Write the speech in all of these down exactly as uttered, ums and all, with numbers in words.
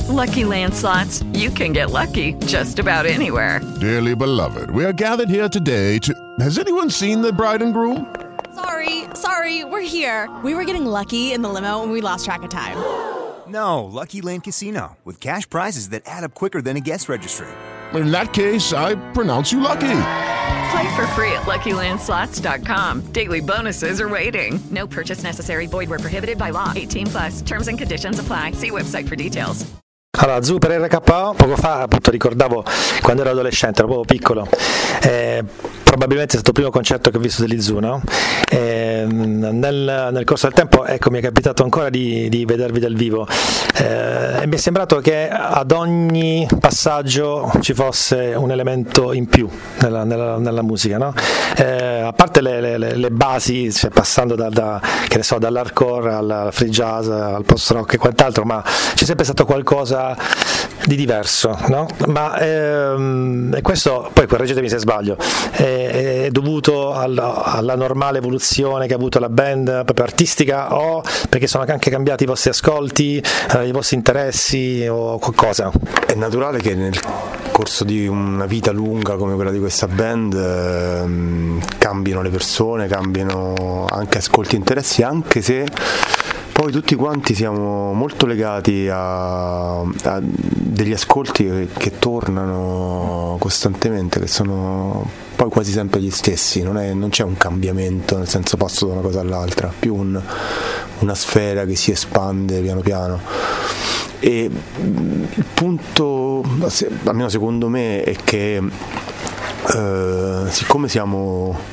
Lucky Land Slots, you can get lucky just about anywhere. Dearly beloved, we are gathered here today to... Has anyone seen the bride and groom? Sorry, sorry, we're here. We were getting lucky in the limo and we lost track of time. No, Lucky Land Casino, with cash prizes that add up quicker than a guest registry. In that case, I pronounce you lucky. Play for free at lucky land slots dot com. Daily bonuses are waiting. No purchase necessary. Void where prohibited by law. eighteen plus. Terms and conditions apply. See website for details. Allora, Zu, per R K O, poco fa appunto ricordavo quando ero adolescente, ero proprio piccolo, eh, probabilmente è stato il primo concerto che ho visto degli Zu, no? Eh, nel, nel corso del tempo, ecco, mi è capitato ancora di, di vedervi dal vivo, eh, e mi è sembrato che ad ogni passaggio ci fosse un elemento in più nella, nella, nella musica, no? Eh, a parte le, le, le basi, cioè passando da, da, che ne so, dall'hardcore al free jazz, al post rock e quant'altro, ma c'è sempre stato qualcosa di diverso, no? Ma ehm, e questo, poi correggetemi se sbaglio, è, è dovuto alla, alla normale evoluzione che ha avuto la band proprio artistica, o perché sono anche cambiati i vostri ascolti, eh, i vostri interessi o qualcosa? È naturale che nel corso di una vita lunga come quella di questa band ehm, cambino le persone, cambiano anche ascolti e interessi, anche se poi tutti quanti siamo molto legati a, a degli ascolti che, che tornano costantemente, che sono poi quasi sempre gli stessi, non, è, non c'è un cambiamento, nel senso passo da una cosa all'altra, più un, una sfera che si espande piano piano. E il punto, almeno secondo me, è che eh, siccome siamo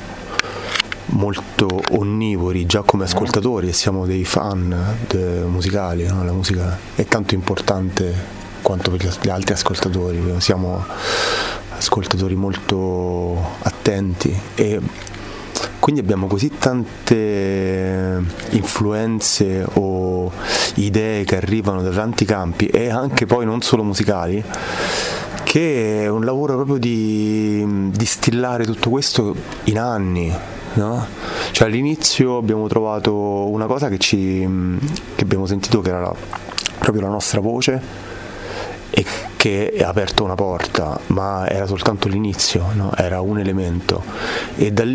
molto onnivori già come ascoltatori e siamo dei fan de- musicali, no? La musica è tanto importante quanto per gli altri ascoltatori, siamo ascoltatori molto attenti e quindi abbiamo così tante influenze o idee che arrivano da tanti campi e anche poi non solo musicali, che è un lavoro proprio di distillare tutto questo in anni, no? Cioè all'inizio abbiamo trovato una cosa che ci che abbiamo sentito che era la, proprio la nostra voce e che ha aperto una porta, ma era soltanto l'inizio, no? Era un elemento, e da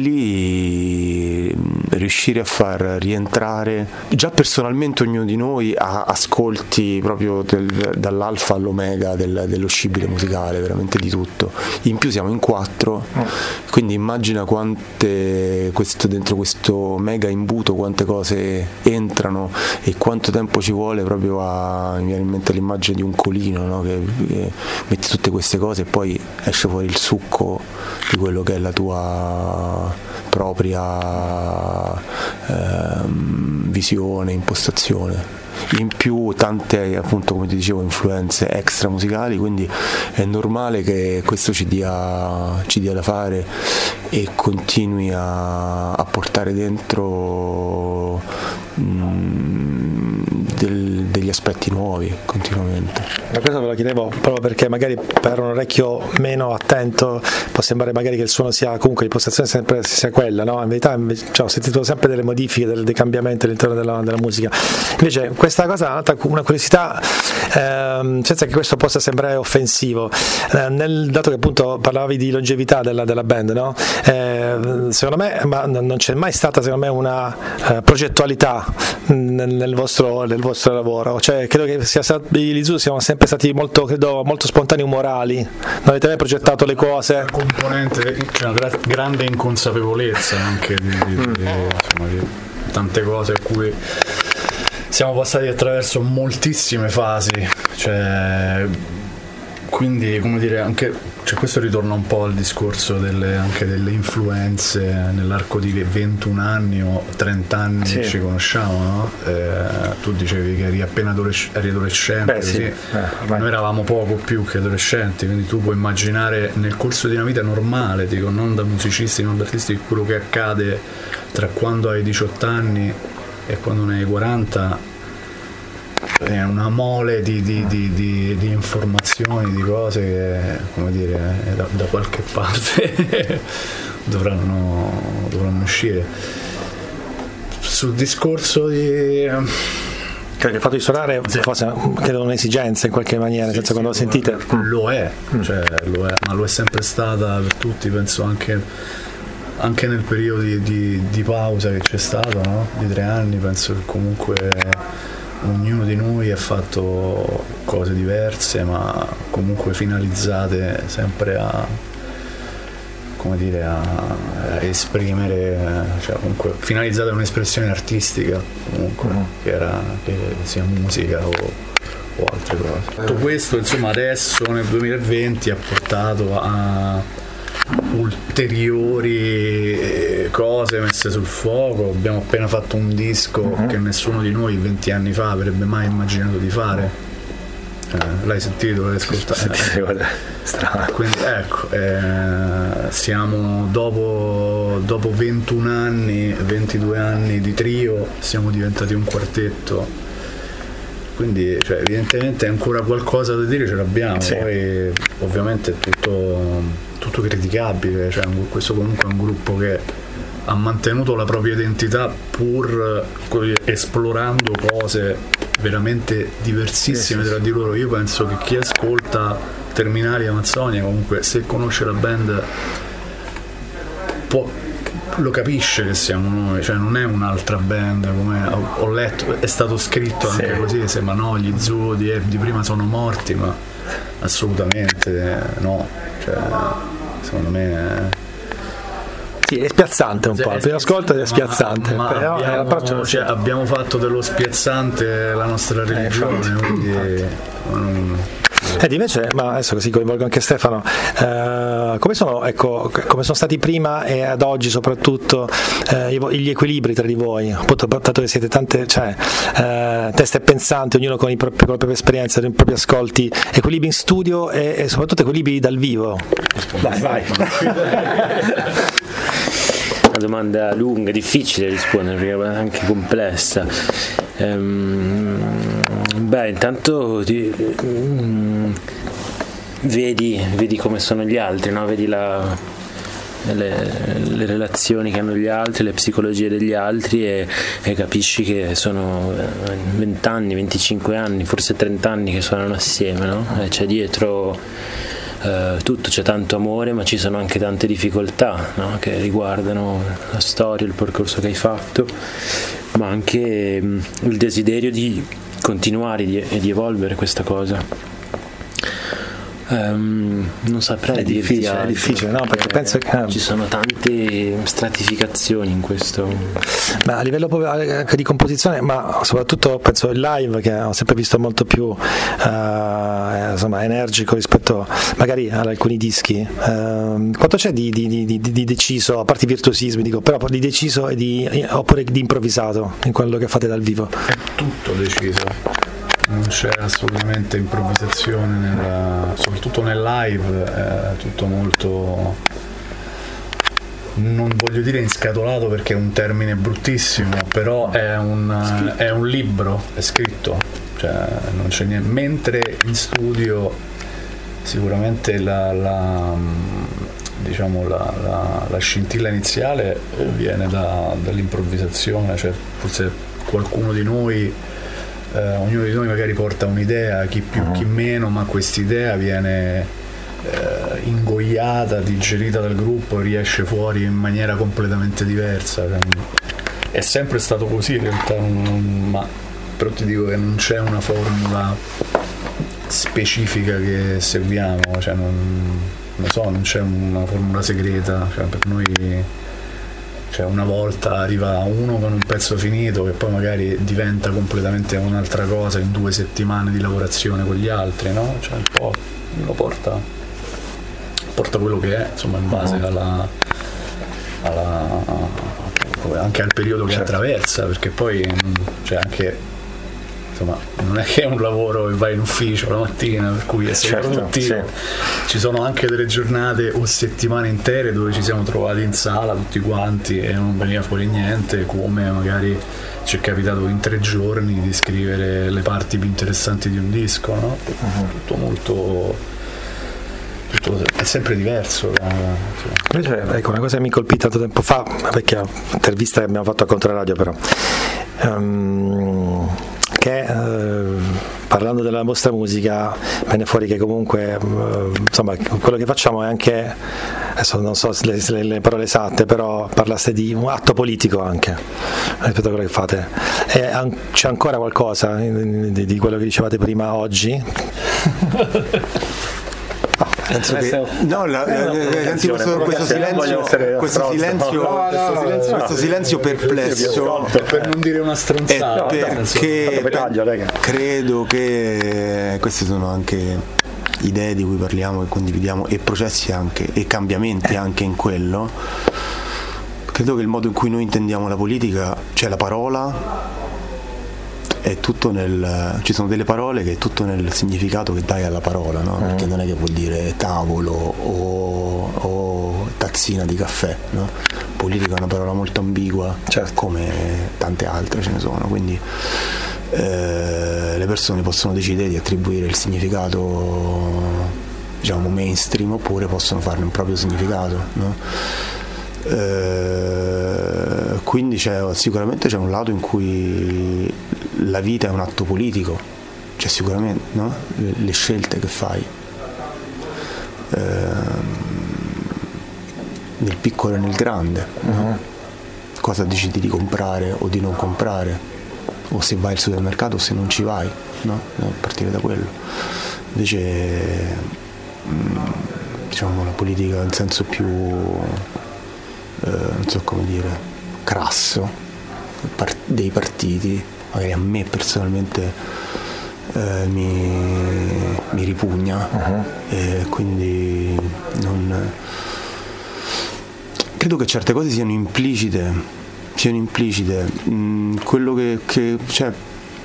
lì riuscire a far rientrare già personalmente ognuno di noi a ascolti proprio del, dall'alfa all'omega del, dello scibile musicale, veramente di tutto. In più siamo in quattro, quindi immagina quante questo, dentro questo mega imbuto quante cose entrano e quanto tempo ci vuole proprio a, mi viene in mente l'immagine di un colino, no? che, che metti tutte queste cose e poi esce fuori il succo di quello che è la tua propria ehm, visione, impostazione. In più tante, appunto, come ti dicevo, influenze extra musicali, quindi è normale che questo ci dia, ci dia da fare e continui a, a portare dentro mh, del, degli aspetti nuovi continuamente. Ma questo ve lo chiedevo proprio perché magari per un orecchio meno attento può sembrare magari che il suono sia, comunque l'impostazione sempre sia quella, no? In verità cioè, ho sentito sempre delle modifiche, dei, dei cambiamenti all'interno della, della musica. Invece questa cosa è una curiosità, ehm, senza che questo possa sembrare offensivo, eh, nel dato che appunto parlavi di longevità della, della band, no? Eh, secondo me, ma non c'è mai stata secondo me una eh, progettualità nel, nel, vostro, nel vostro lavoro, cioè credo che sia stato, gli Zu siamo sempre stati molto, credo, molto spontanei, umorali, non avete mai progettato le cose? Una componente, c'è una gra- grande inconsapevolezza anche di, di, mm. di, insomma, di tante cose a cui siamo passati attraverso moltissime fasi, cioè, quindi come dire anche, cioè, questo ritorna un po' al discorso delle, anche delle influenze nell'arco di ventuno anni o trenta anni sì. che ci conosciamo, no? Eh, tu dicevi che eri appena adolesc- eri adolescente. Beh, sì. Sì. Eh, noi eravamo poco più che adolescenti, quindi tu puoi immaginare nel corso di una vita normale, dico, non da musicisti, non da artisti, quello che accade tra quando hai diciotto anni e quando ne hai quaranta. È una mole di, di, di, di, di informazioni, di cose che, come dire, da, da qualche parte dovranno, dovranno uscire. Sul discorso di, Cioè, il fatto di suonare sì. forse credo un'esigenza in qualche maniera, nel senso sì, quando sì, lo sentite lo è, cioè, lo è, ma lo è sempre stata per tutti, penso anche, anche nel periodo di, di, di pausa che c'è stato, no? Di tre anni, penso che comunque ognuno di noi ha fatto cose diverse, ma comunque finalizzate sempre a come dire a, a esprimere, cioè comunque finalizzata a un'espressione artistica comunque, mm. che era che sia musica o, o altre cose. Tutto questo insomma adesso nel duemilaventi ha portato a ulteriori cose messe sul fuoco. Abbiamo appena fatto un disco mm-hmm. che nessuno di noi venti anni fa avrebbe mai immaginato di fare. Eh, l'hai sentito, l'hai ascoltato? Sì, guarda, strano. Quindi ecco, eh, siamo dopo, dopo ventuno anni, ventidue anni di trio, siamo diventati un quartetto. Quindi cioè, evidentemente ancora qualcosa da dire ce l'abbiamo, sì. Poi ovviamente è tutto, tutto criticabile, cioè, questo comunque è un gruppo che ha mantenuto la propria identità pur esplorando cose veramente diversissime tra di loro. Io penso che chi ascolta Terminali Amazzonia comunque, se conosce la band, può, lo capisce che siamo noi, cioè non è un'altra band come ho, ho letto, è stato scritto anche sì. così, sembra no, gli Zoo di, di prima sono morti, ma assolutamente no, cioè secondo me è... Sì, è spiazzante un po', per ascolto è spiazzante, ma, ma però abbiamo, cioè, abbiamo fatto dello spiazzante la nostra religione, eh, quindi non... Ed invece, ma adesso così coinvolgo anche Stefano, eh, come sono, ecco, come sono stati prima e ad oggi soprattutto eh, gli equilibri tra di voi, appunto, dato che siete tante, cioè, eh, teste pensanti, ognuno con, i propri, con la propria esperienza, con i propri ascolti, equilibri in studio e, e soprattutto equilibri dal vivo. Vai, vai. Una domanda lunga, difficile da rispondere perché è anche complessa. Ehm, beh, intanto ti, mm, vedi, vedi come sono gli altri, no? Vedi la, le, le relazioni che hanno gli altri, le psicologie degli altri e, e capisci che sono venti anni, venticinque anni, forse trenta anni che suonano assieme, no? E c'è dietro Uh, tutto, c'è tanto amore, ma ci sono anche tante difficoltà, no? Che riguardano la storia, il percorso che hai fatto, ma anche um, il desiderio di continuare e di, di evolvere questa cosa. Um, non saprei è dirti difficile, altro, è difficile, no? Perché penso che ci sono tante stratificazioni in questo. Ma a livello anche di composizione, ma soprattutto penso il live, che ho sempre visto molto più uh, insomma energico rispetto magari ad alcuni dischi. Uh, quanto c'è di, di, di, di, di deciso, a parte i virtuosismi, dico, però di deciso e di, oppure di improvvisato in quello che fate dal vivo? È tutto deciso. Non c'è assolutamente improvvisazione, nella, soprattutto nel live, è tutto molto, non voglio dire inscatolato perché è un termine bruttissimo, però è un, è un libro, è scritto, cioè non c'è niente, mentre in studio sicuramente la, la, diciamo la, la, la scintilla iniziale viene da, dall'improvvisazione, cioè forse qualcuno di noi Uh, ognuno di noi magari porta un'idea, chi più chi meno, ma quest'idea viene uh, ingoiata, digerita dal gruppo e riesce fuori in maniera completamente diversa. È sempre stato così in realtà, non, ma però ti dico che non c'è una formula specifica che seguiamo, cioè non, non so, non c'è una formula segreta, cioè per noi. Cioè una volta arriva uno con un pezzo finito che poi magari diventa completamente un'altra cosa in due settimane di lavorazione con gli altri, no? Cioè un po' lo porta porta quello che è, insomma, in base alla, alla anche al periodo che certo. attraversa, perché poi cioè anche insomma non è che è un lavoro che vai in ufficio la mattina per cui è certo, produttivo, sì. Ci sono anche delle giornate o settimane intere dove ci siamo trovati in sala tutti quanti e non veniva fuori niente, come magari ci è capitato in tre giorni di scrivere le parti più interessanti di un disco, no? Uh-huh. Tutto molto tutto, è sempre diverso. Invece, ecco, una cosa che mi ha colpito tanto tempo fa, vecchia intervista che abbiamo fatto a Controradio, però um, perché eh, parlando della vostra musica viene fuori che comunque eh, insomma quello che facciamo è anche, adesso non so le, le, le parole esatte, però parlaste di un atto politico anche rispetto a quello che fate. E an- c'è ancora qualcosa di, di quello che dicevate prima oggi? Penso che no, la, eh, senti questo, questo silenzio, questo silenzio, no, no, questo no, silenzio perplesso, per non dire una stronzata, perché credo che queste sono anche idee di cui parliamo e condividiamo, e processi anche e cambiamenti anche in quello. Credo che il modo in cui noi intendiamo la politica, cioè la parola, è tutto nel, ci sono delle parole che è tutto nel significato che dai alla parola, no? Mm. Perché non è che vuol dire tavolo o, o tazzina di caffè, no? Politica è una parola molto ambigua, certo, come tante altre ce ne sono, quindi eh, le persone possono decidere di attribuire il significato, diciamo, mainstream, oppure possono farne un proprio significato, no? Eh, quindi c'è, sicuramente c'è un lato in cui la vita è un atto politico, cioè sicuramente, no? le, le scelte che fai eh, nel piccolo e nel grande, uh-huh. cosa decidi di comprare o di non comprare, o se vai al supermercato o se non ci vai, no? A partire da quello. Invece mh, diciamo la politica in senso più eh, non so come dire, crasso dei partiti, magari a me personalmente eh, mi, mi ripugna, uh-huh. e quindi non credo che certe cose siano implicite siano implicite mm, quello che, che cioè,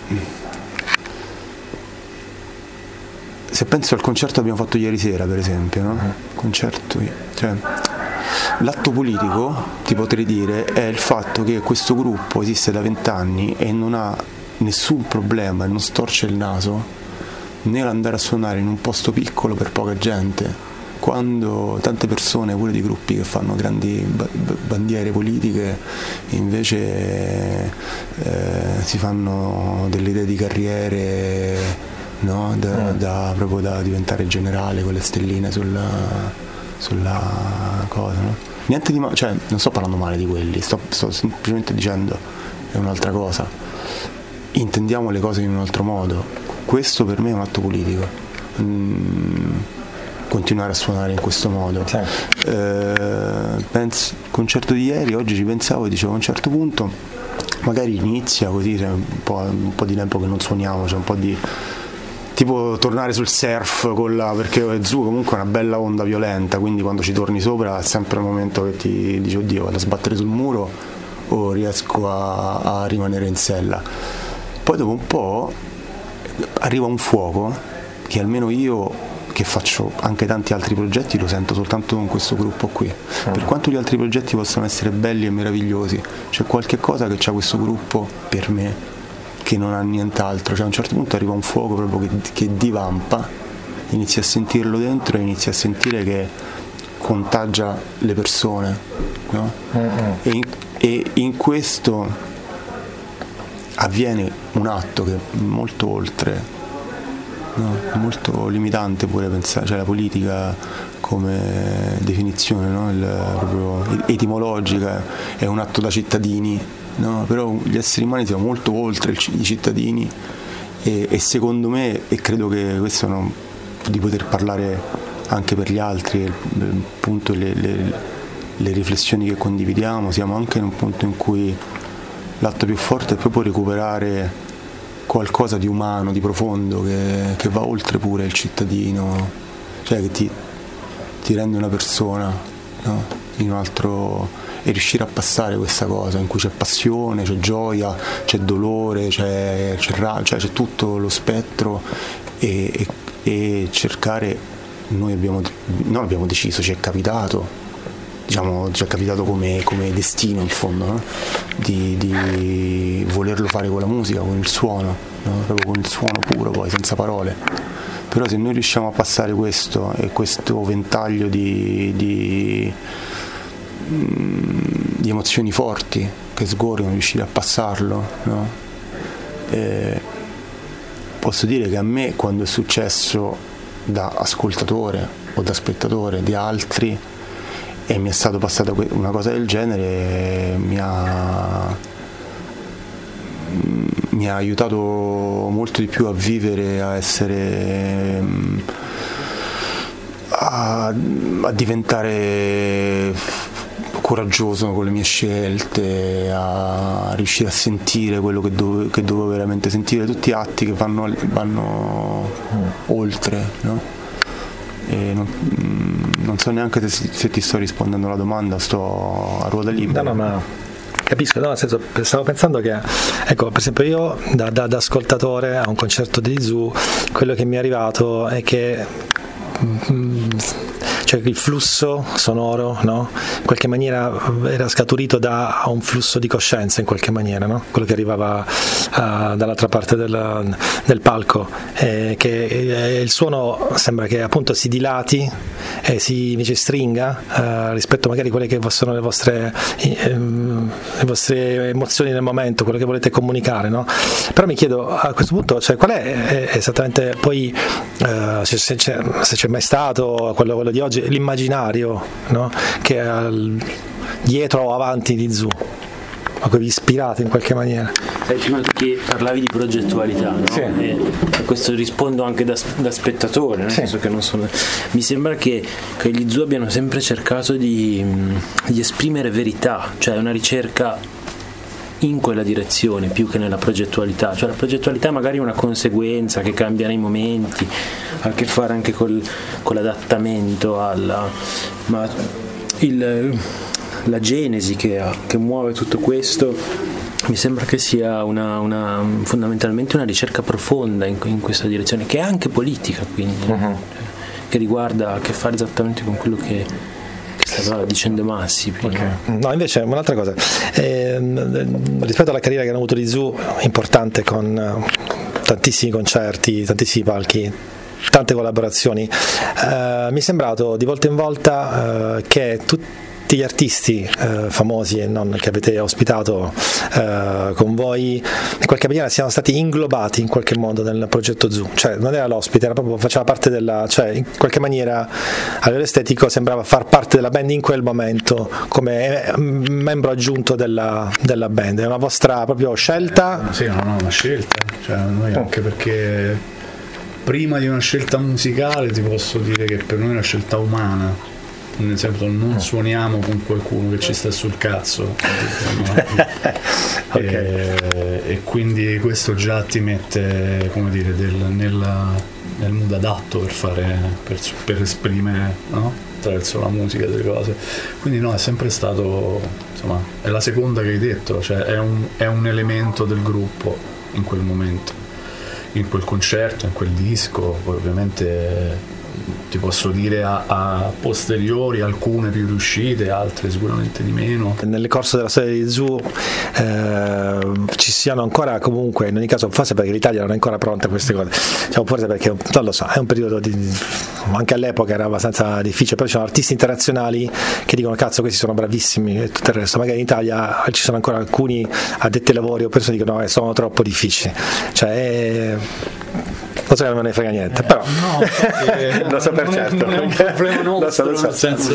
se penso al concerto che abbiamo fatto ieri sera, per esempio, no? Uh-huh. Concerto, cioè l'atto politico, ti potrei dire, è il fatto che questo gruppo esiste da vent'anni e non ha nessun problema e non storce il naso nell'andare a suonare in un posto piccolo per poca gente, quando tante persone, pure di gruppi che fanno grandi b- b- bandiere politiche, invece eh, si fanno delle idee di carriere, no? da, da, proprio da diventare generale con le stelline sulla sulla cosa, no? Niente di male, cioè non sto parlando male di quelli, sto, sto semplicemente dicendo è un'altra cosa, intendiamo le cose in un altro modo. Questo per me è un atto politico, mm, continuare a suonare in questo modo, sì. eh, penso, concerto di ieri, oggi ci pensavo e dicevo a un certo punto magari inizia così, c'è un po', un po' di tempo che non suoniamo, c'è un po' di tipo tornare sul surf con la, perché Zoo comunque è una bella onda violenta, quindi quando ci torni sopra è sempre il momento che ti dici oddio, vado a sbattere sul muro o riesco a, a rimanere in sella. Poi dopo un po' arriva un fuoco che almeno io, che faccio anche tanti altri progetti, lo sento soltanto con questo gruppo qui. Per quanto gli altri progetti possono essere belli e meravigliosi, c'è qualche cosa che c'ha questo gruppo per me che non ha nient'altro, cioè a un certo punto arriva un fuoco proprio che, che divampa, inizi a sentirlo dentro e inizi a sentire che contagia le persone, no? Mm-hmm. e, in, e in questo avviene un atto che è molto oltre, no? Molto limitante pure pensare, cioè la politica come definizione, no? Il, proprio etimologica, è un atto da cittadini. No, però gli esseri umani siamo molto oltre i cittadini e, e secondo me, e credo che questo non, di poter parlare anche per gli altri, il, il punto, le, le, le riflessioni che condividiamo, siamo anche in un punto in cui l'atto più forte è proprio recuperare qualcosa di umano, di profondo, che, che va oltre pure il cittadino, cioè che ti, ti rende una persona, no? In un altro, e riuscire a passare questa cosa in cui c'è passione, c'è gioia, c'è dolore, c'è, c'è, cioè c'è tutto lo spettro e, e, e cercare, noi abbiamo, noi abbiamo deciso, ci è capitato, diciamo, ci è capitato come, come destino in fondo, no? di, di volerlo fare con la musica, con il suono, no? Proprio con il suono puro, poi senza parole. Però se noi riusciamo a passare questo e questo ventaglio di, di di emozioni forti che sgorgono, riuscire a passarlo, no? e, posso dire che a me, quando è successo da ascoltatore o da spettatore di altri e mi è stato passata una cosa del genere, mi ha mi ha aiutato molto di più a vivere, a essere a, a diventare coraggioso con le mie scelte, a riuscire a sentire quello che dovevo, che dovevo veramente sentire, tutti atti che vanno, vanno oltre, no? E non, non so neanche se, se ti sto rispondendo alla domanda, sto a ruota libera. No, no, ma capisco, no, nel senso, stavo pensando che, ecco, per esempio io da, da, da ascoltatore a un concerto di Zoo, quello che mi è arrivato è che mm, cioè il flusso sonoro, no? In qualche maniera era scaturito da un flusso di coscienza, in qualche maniera, no? Quello che arrivava uh, dall'altra parte del, del palco, eh, che eh, il suono sembra che appunto si dilati e si invece stringa uh, rispetto magari a quelle che sono le vostre, eh, le vostre emozioni nel momento, quello che volete comunicare, no? Però mi chiedo a questo punto, cioè, qual è esattamente poi uh, se, se, c'è, se c'è mai stato quello, quello di oggi, l'immaginario, no? Che è al, dietro o avanti di Zoo, a cui vi ispirate in qualche maniera. Sai, prima che parlavi di progettualità, no? Sì. E a questo rispondo anche da, da spettatore, nel sì. senso che non sono. Mi sembra che, che gli Zoo abbiano sempre cercato di, di esprimere verità, cioè una ricerca in quella direzione più che nella progettualità. Cioè la progettualità magari è una conseguenza che cambia nei momenti, ha a che fare anche col, con l'adattamento alla, ma il, la genesi che, ha, che muove tutto questo mi sembra che sia una, una, fondamentalmente una ricerca profonda in, in questa direzione, che è anche politica, quindi uh-huh. che riguarda a che fare esattamente con quello che stava dicendo Massi prima. Okay. No, invece un'altra cosa, eh, rispetto alla carriera che hanno avuto di Zoo, importante, con eh, tantissimi concerti, tantissimi palchi, tante collaborazioni, eh, mi è sembrato di volta in volta eh, che tutti gli artisti eh, famosi e non che avete ospitato eh, con voi in qualche maniera siano stati inglobati in qualche modo nel progetto Zoo, cioè non era l'ospite, era proprio, faceva parte della, cioè in qualche maniera a livello estetico sembrava far parte della band in quel momento come membro aggiunto della, della band. È una vostra proprio scelta? Eh, sì, no, no, una scelta, cioè noi anche perché prima di una scelta musicale ti posso dire che per noi è una scelta umana, nel senso non suoniamo con qualcuno che ci sta sul cazzo, okay. e, e quindi questo già ti mette, come dire, del, nel, nel mood adatto per fare per, per esprimere, no? Attraverso la musica delle cose, quindi no, è sempre stato, insomma, è la seconda che hai detto, cioè è un, è un elemento del gruppo in quel momento, in quel concerto, in quel disco. Poi ovviamente ti posso dire a, a posteriori alcune più riuscite, altre sicuramente di meno. Nel corso della storia di Zoo eh, ci siano ancora, comunque in ogni caso, forse perché l'Italia non è ancora pronta a queste cose, diciamo, forse perché non lo so, è un periodo di, anche all'epoca era abbastanza difficile, però ci sono artisti internazionali che dicono cazzo questi sono bravissimi e tutto il resto. Magari in Italia ci sono ancora alcuni addetti ai lavori o persone che dicono no, sono troppo difficili, cioè è, non so che non me ne frega niente, però no, perché, lo so per non certo, è, non è un problema nostro, lo so, lo so. Nel senso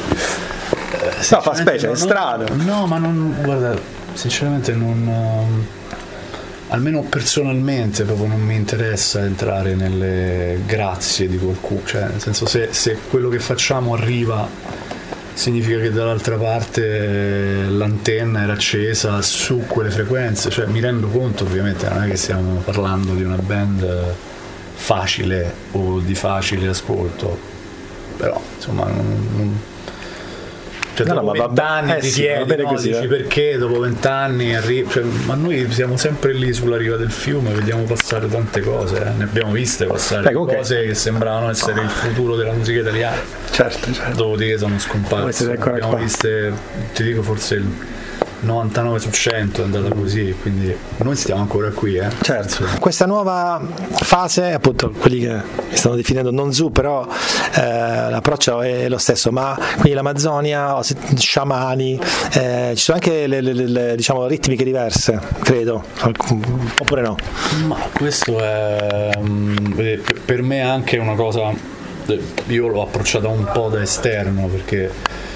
eh, no, fa specie, è strano. No, ma non, guarda, sinceramente non, almeno personalmente proprio non mi interessa entrare nelle grazie di qualcuno, cioè nel senso se, se quello che facciamo arriva significa che dall'altra parte l'antenna era accesa su quelle frequenze, cioè mi rendo conto ovviamente non è che stiamo parlando di una band facile o di facile ascolto, però insomma non, non cioè no, dopo vent'anni eh, ti sì, chiedi, no, così, dici, eh. perché dopo vent'anni arriva, cioè, ma noi siamo sempre lì sulla riva del fiume, vediamo passare tante cose, eh. ne abbiamo viste passare Beh, comunque, cose che sembravano essere il futuro della musica italiana, certo, certo. dopodiché sono scomparse, abbiamo qua. viste, ti dico forse il novantanove su cento è andata così, quindi noi stiamo ancora qui, eh. Certo, questa nuova fase, appunto, quelli che mi stanno definendo non zoo, però eh, l'approccio è lo stesso, ma quindi l'Amazzonia, sciamani, eh, ci sono anche le, le, le diciamo ritmiche diverse, credo, oppure no? Ma questo è per me anche una cosa, io l'ho approcciata un po' da esterno, perché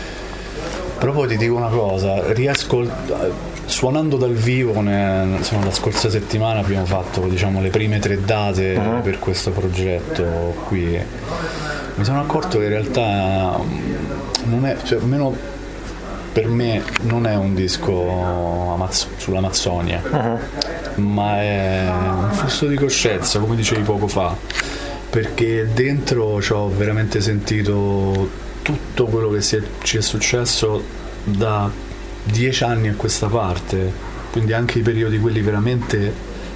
proprio ti dico una cosa, riascoltare suonando dal vivo, ne, insomma, la scorsa settimana abbiamo fatto, diciamo, le prime tre date uh-huh. per questo progetto qui. Mi sono accorto che in realtà non è, cioè, almeno per me non è un disco Amaz- sull'Amazzonia, uh-huh. ma è un flusso di coscienza, come dicevi poco fa, perché dentro ci ho veramente sentito tutto quello che si è, ci è successo da dieci anni a questa parte, quindi anche i periodi quelli veramente,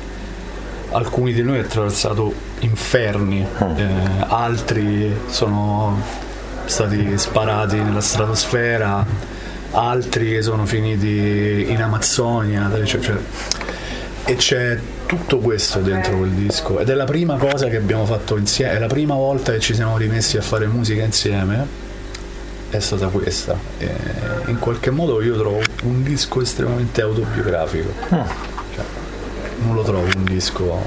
alcuni di noi hanno attraversato inferni, eh, altri sono stati sparati nella stratosfera, altri sono finiti in Amazzonia, cioè, cioè, e c'è tutto questo dentro quel disco, ed è la prima cosa che abbiamo fatto insieme, è la prima volta che ci siamo rimessi a fare musica insieme, è stata questa. E in qualche modo io trovo un disco estremamente autobiografico, mm. cioè, non lo trovo un disco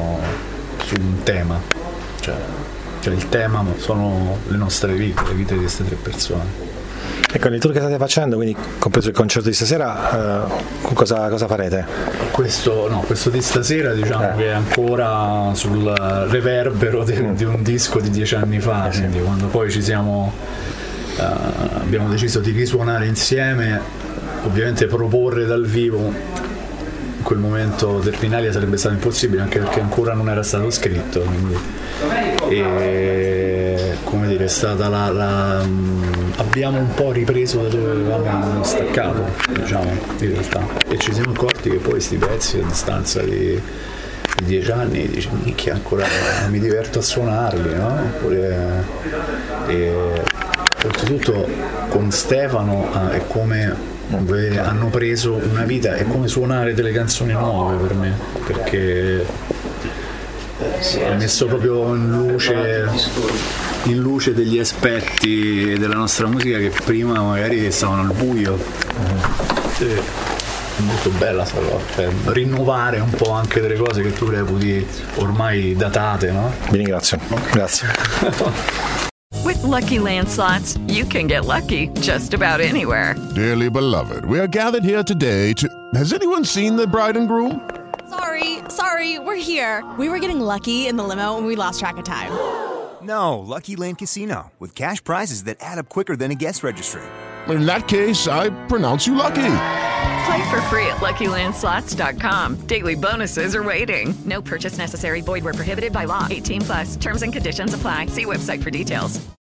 su un tema, cioè, cioè il tema sono le nostre vite, le vite di queste tre persone. E con il tour che state facendo, quindi compreso il concerto di stasera, eh, cosa, cosa farete? Questo, no, questo di stasera diciamo eh. che è ancora sul reverbero de, mm. di un disco di dieci anni fa, eh, quindi sì. Quando poi ci siamo Uh, abbiamo deciso di risuonare insieme, ovviamente proporre dal vivo in quel momento Terminalia sarebbe stato impossibile, anche perché ancora non era stato scritto, quindi, e come dire, è stata la, la um, abbiamo un po' ripreso da dove avevamo staccato, diciamo, in realtà, e ci siamo accorti che poi sti pezzi a distanza di di dieci anni dici minchia, ancora mi diverto a suonarli, no? Oppure, e, oltretutto con Stefano eh, è come eh, hanno preso una vita, è come suonare delle canzoni nuove per me, perché eh, ha messo proprio in luce in luce degli aspetti della nostra musica che prima magari stavano al buio. Uh-huh. E, è molto bella sta cosa, cioè, rinnovare un po' anche delle cose che tu reputi ormai datate, no? Vi ringrazio, grazie. With Lucky Land Slots, you can get lucky just about anywhere. Dearly beloved, we are gathered here today to... Has anyone seen the bride and groom? Sorry, sorry, we're here. We were getting lucky in the limo and we lost track of time. No, Lucky Land Casino, with cash prizes that add up quicker than a guest registry. In that case, I pronounce you lucky. Play for free at lucky land slots dot com. Daily bonuses are waiting. No purchase necessary. Void where prohibited by law. eighteen plus. Terms and conditions apply. See website for details.